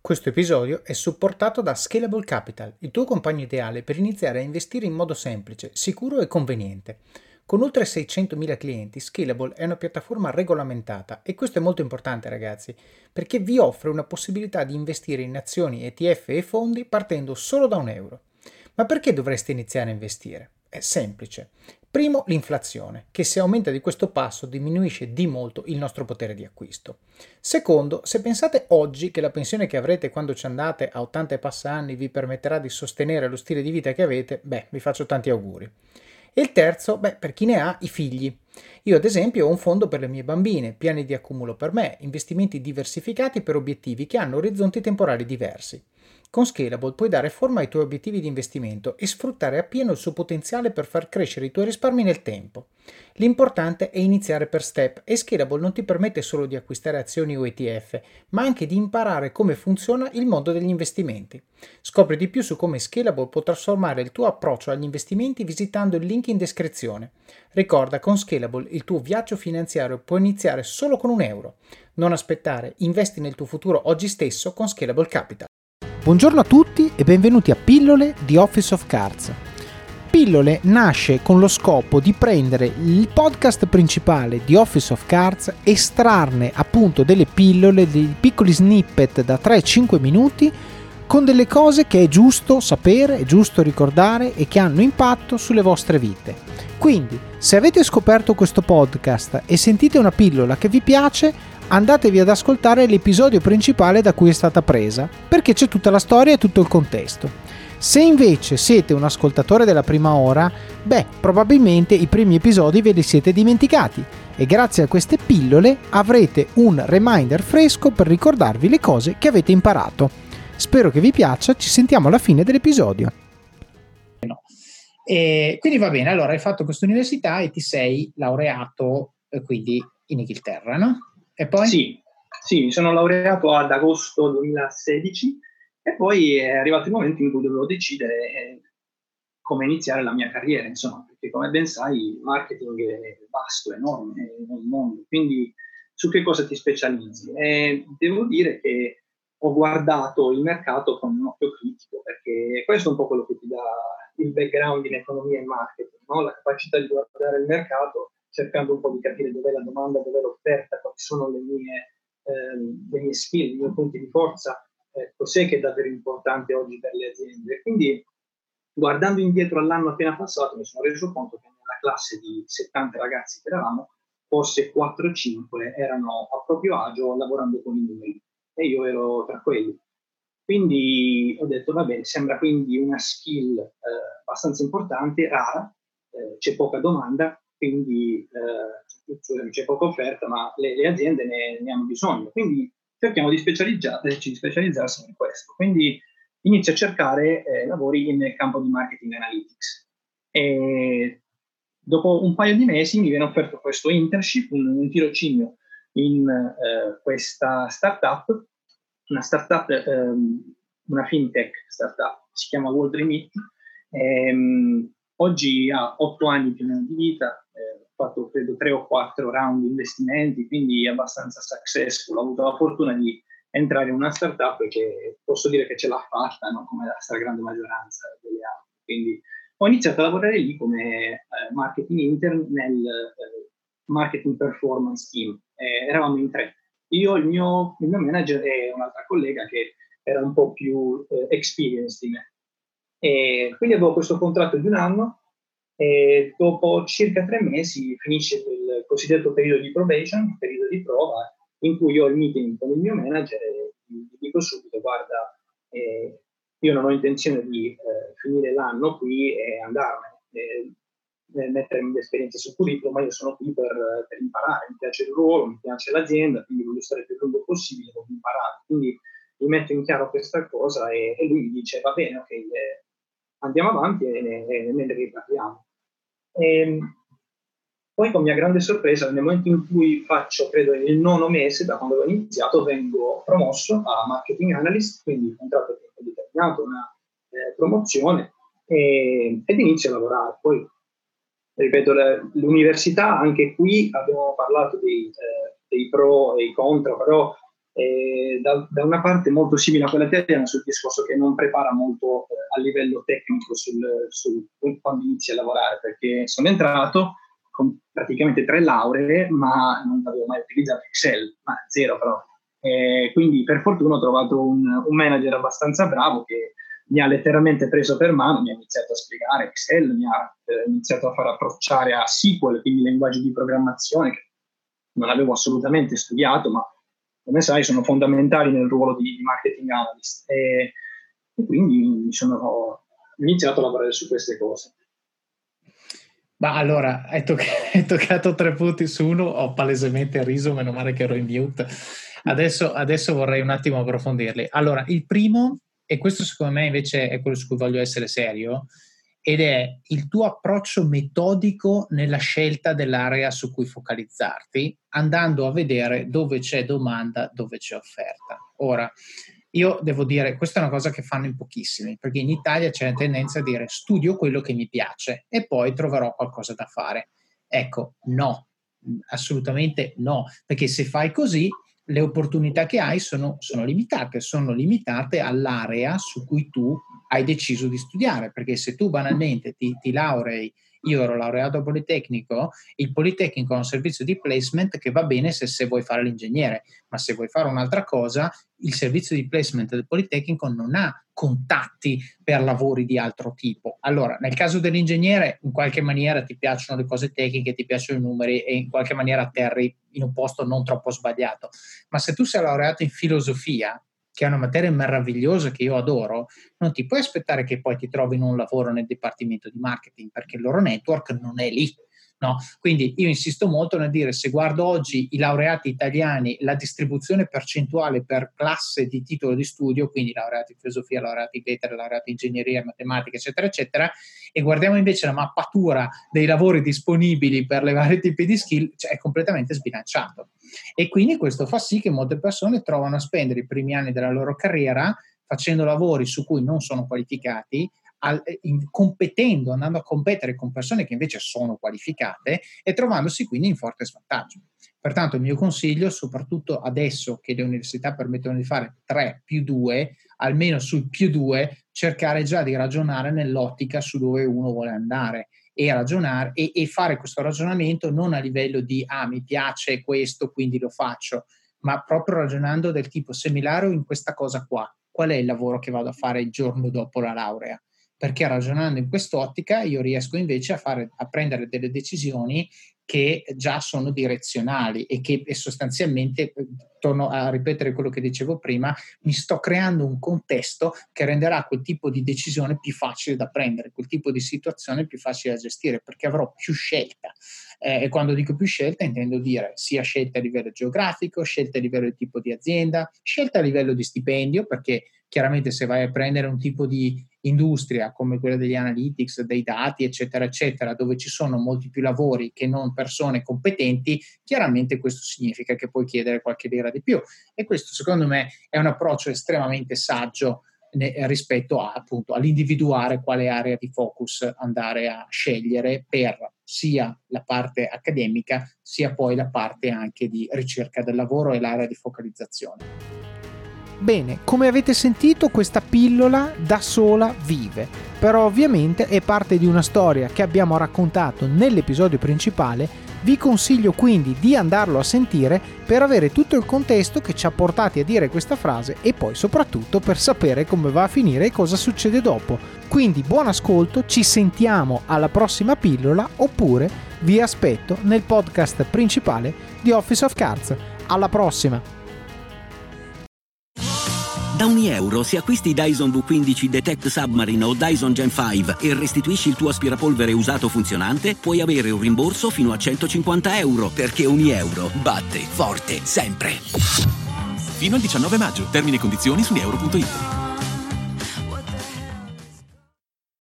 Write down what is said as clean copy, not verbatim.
Questo episodio è supportato da Scalable Capital, il tuo compagno ideale per iniziare a investire in modo semplice, sicuro e conveniente. Con oltre 600.000 clienti, Scalable è una piattaforma regolamentata e questo è molto importante, ragazzi, perché vi offre una possibilità di investire in azioni, ETF e fondi partendo solo da €1. Ma perché dovreste iniziare a investire? È semplice. Primo, l'inflazione, che se aumenta di questo passo diminuisce di molto il nostro potere di acquisto. Secondo, se pensate oggi che la pensione che avrete quando ci andate a 80 e passa anni vi permetterà di sostenere lo stile di vita che avete, vi faccio tanti auguri. E il terzo, per chi ne ha, i figli. Io ad esempio ho un fondo per le mie bambine, piani di accumulo per me, investimenti diversificati per obiettivi che hanno orizzonti temporali diversi. Con Scalable puoi dare forma ai tuoi obiettivi di investimento e sfruttare appieno il suo potenziale per far crescere i tuoi risparmi nel tempo. L'importante è iniziare per step e Scalable non ti permette solo di acquistare azioni o ETF, ma anche di imparare come funziona il mondo degli investimenti. Scopri di più su come Scalable può trasformare il tuo approccio agli investimenti visitando il link in descrizione. Ricorda, con Scalable il tuo viaggio finanziario può iniziare solo con €1. Non aspettare, investi nel tuo futuro oggi stesso con Scalable Capital. Buongiorno a tutti e benvenuti a Pillole di Office of Cards. Pillole nasce con lo scopo di prendere il podcast principale di Office of Cards, estrarne appunto delle pillole, dei piccoli snippet da 3-5 minuti con delle cose che è giusto sapere, è giusto ricordare e che hanno impatto sulle vostre vite. Quindi, se avete scoperto questo podcast e sentite una pillola che vi piace, andatevi ad ascoltare l'episodio principale da cui è stata presa, perché c'è tutta la storia e tutto il contesto. Se invece siete un ascoltatore della prima ora, probabilmente i primi episodi ve li siete dimenticati e grazie a queste pillole avrete un reminder fresco per ricordarvi le cose che avete imparato. Spero che vi piaccia, ci sentiamo alla fine dell'episodio. E quindi va bene, allora hai fatto questa università e ti sei laureato quindi in Inghilterra, no? E poi? Sì, mi sono laureato ad agosto 2016 e poi è arrivato il momento in cui dovevo decidere come iniziare la mia carriera, insomma, perché come ben sai il marketing è vasto, enorme nel mondo, quindi su che cosa ti specializzi? E devo dire che ho guardato il mercato con un occhio critico, perché questo è un po' quello che ti dà il background in economia e marketing, no? La capacità di guardare il mercato cercando un po' di capire dov'è la domanda, dov'è l'offerta, quali sono le mie skill, i miei punti di forza, cos'è che è davvero importante oggi per le aziende. Quindi, guardando indietro all'anno appena passato, mi sono reso conto che nella classe di 70 ragazzi che eravamo, forse 4-5 erano a proprio agio lavorando con i numeri e io ero tra quelli. Quindi ho detto, va bene, sembra quindi una skill abbastanza importante, rara, c'è poca domanda, quindi c'è poca offerta, ma le aziende ne hanno bisogno. Quindi cerchiamo di specializzarsi in questo. Quindi inizio a cercare lavori nel campo di marketing analytics. E dopo un paio di mesi mi viene offerto questo internship, un tirocinio in questa startup, una fintech startup, si chiama Waldremit. Oggi ha 8 anni più o meno di vita, ho fatto credo 3 o 4 round di investimenti, quindi abbastanza successful. Ho avuto la fortuna di entrare in una startup che posso dire che ce l'ha fatta, no? Come la stragrande maggioranza delle altre. Quindi ho iniziato a lavorare lì come marketing intern nel marketing performance team. Eravamo in 3. Io, il mio manager e un'altra collega che era un po' più experienced di me. E quindi avevo questo contratto di 1 anno e dopo circa 3 mesi finisce il cosiddetto periodo di probation, il periodo di prova, in cui ho il meeting con il mio manager e gli dico subito, guarda, io non ho intenzione di finire l'anno qui e andarmene, mettere l'esperienza sul curriculum, ma io sono qui per imparare, mi piace il ruolo, mi piace l'azienda, quindi voglio stare il più lungo possibile, voglio imparare. Quindi gli metto in chiaro questa cosa e lui mi dice, va bene, ok, andiamo avanti e ne riparliamo. Poi con mia grande sorpresa, nel momento in cui faccio, credo, il 9° mese da quando ho iniziato, vengo promosso a marketing analyst, quindi contratto a tempo determinato, una promozione, ed inizio a lavorare. Poi, ripeto, l'università, anche qui abbiamo parlato dei pro e i contro, però Da una parte molto simile a quella italiana sul discorso che non prepara molto a livello tecnico quando inizi a lavorare, perché sono entrato con praticamente 3 lauree, ma non avevo mai utilizzato Excel, ma zero proprio. Quindi per fortuna ho trovato un manager abbastanza bravo che mi ha letteralmente preso per mano, mi ha iniziato a spiegare Excel, mi ha iniziato a far approcciare a SQL, quindi linguaggi di programmazione che non avevo assolutamente studiato, ma come sai sono fondamentali nel ruolo di marketing analyst, e quindi ho iniziato a lavorare su queste cose. Ma allora, hai toccato 3 punti su uno, ho palesemente riso, meno male che ero in mute. Adesso vorrei un attimo approfondirli. Allora, il primo, e questo secondo me invece è quello su cui voglio essere serio, ed è il tuo approccio metodico nella scelta dell'area su cui focalizzarti, andando a vedere dove c'è domanda, dove c'è offerta. Ora, io devo dire, questa è una cosa che fanno in pochissimi, perché in Italia c'è la tendenza a dire studio quello che mi piace e poi troverò qualcosa da fare. Ecco, no, assolutamente no, perché se fai così le opportunità che hai sono limitate all'area su cui tu hai deciso di studiare, perché se tu banalmente ti laurei, io ero laureato a Politecnico, il Politecnico ha un servizio di placement che va bene se vuoi fare l'ingegnere, ma se vuoi fare un'altra cosa, il servizio di placement del Politecnico non ha contatti per lavori di altro tipo. Allora, nel caso dell'ingegnere, in qualche maniera ti piacciono le cose tecniche, ti piacciono i numeri e in qualche maniera atterri in un posto non troppo sbagliato. Ma se tu sei laureato in filosofia, che è una materia meravigliosa che io adoro, non ti puoi aspettare che poi ti trovino un lavoro nel dipartimento di marketing, perché il loro network non è lì. No? Quindi io insisto molto nel dire, se guardo oggi i laureati italiani, la distribuzione percentuale per classe di titolo di studio, quindi laureati in filosofia, laureati in lettere, laureati in ingegneria, matematica, eccetera, eccetera, e guardiamo invece la mappatura dei lavori disponibili per le varie tipi di skill, cioè è completamente sbilanciato. E quindi questo fa sì che molte persone trovano a spendere i primi anni della loro carriera facendo lavori su cui non sono qualificati, competendo, andando a competere con persone che invece sono qualificate e trovandosi quindi in forte svantaggio. Pertanto il mio consiglio, soprattutto adesso che le università permettono di fare 3+2, almeno sul +2, cercare già di ragionare nell'ottica su dove uno vuole andare e ragionare e fare questo ragionamento non a livello di mi piace questo quindi lo faccio, ma proprio ragionando del tipo, se mi laureo in questa cosa qua, qual è il lavoro che vado a fare il giorno dopo la laurea? Perché ragionando in quest'ottica io riesco invece a prendere delle decisioni che già sono direzionali e che sostanzialmente, torno a ripetere quello che dicevo prima, mi sto creando un contesto che renderà quel tipo di decisione più facile da prendere, quel tipo di situazione più facile da gestire, perché avrò più scelta. E quando dico più scelta intendo dire sia scelta a livello geografico, scelta a livello di tipo di azienda, scelta a livello di stipendio, perché chiaramente se vai a prendere un tipo di industria come quella degli analytics, dei dati, eccetera, eccetera, dove ci sono molti più lavori che non persone competenti, chiaramente questo significa che puoi chiedere qualche lira di più. E questo, secondo me, è un approccio estremamente saggio rispetto appunto all'individuare quale area di focus andare a scegliere per sia la parte accademica, sia poi la parte anche di ricerca del lavoro e l'area di focalizzazione. Bene, come avete sentito, questa pillola da sola vive, però ovviamente è parte di una storia che abbiamo raccontato nell'episodio principale. Vi consiglio quindi di andarlo a sentire per avere tutto il contesto che ci ha portati a dire questa frase e poi soprattutto per sapere come va a finire e cosa succede dopo. Quindi buon ascolto, ci sentiamo alla prossima pillola oppure vi aspetto nel podcast principale di Office of Cards. Alla prossima! Da €1 se acquisti Dyson V15 Detect Submarine o Dyson Gen 5 e restituisci il tuo aspirapolvere usato funzionante, puoi avere un rimborso fino a €150, perché €1 batte forte sempre. Fino al 19 maggio. Termini e condizioni su nieuro.it.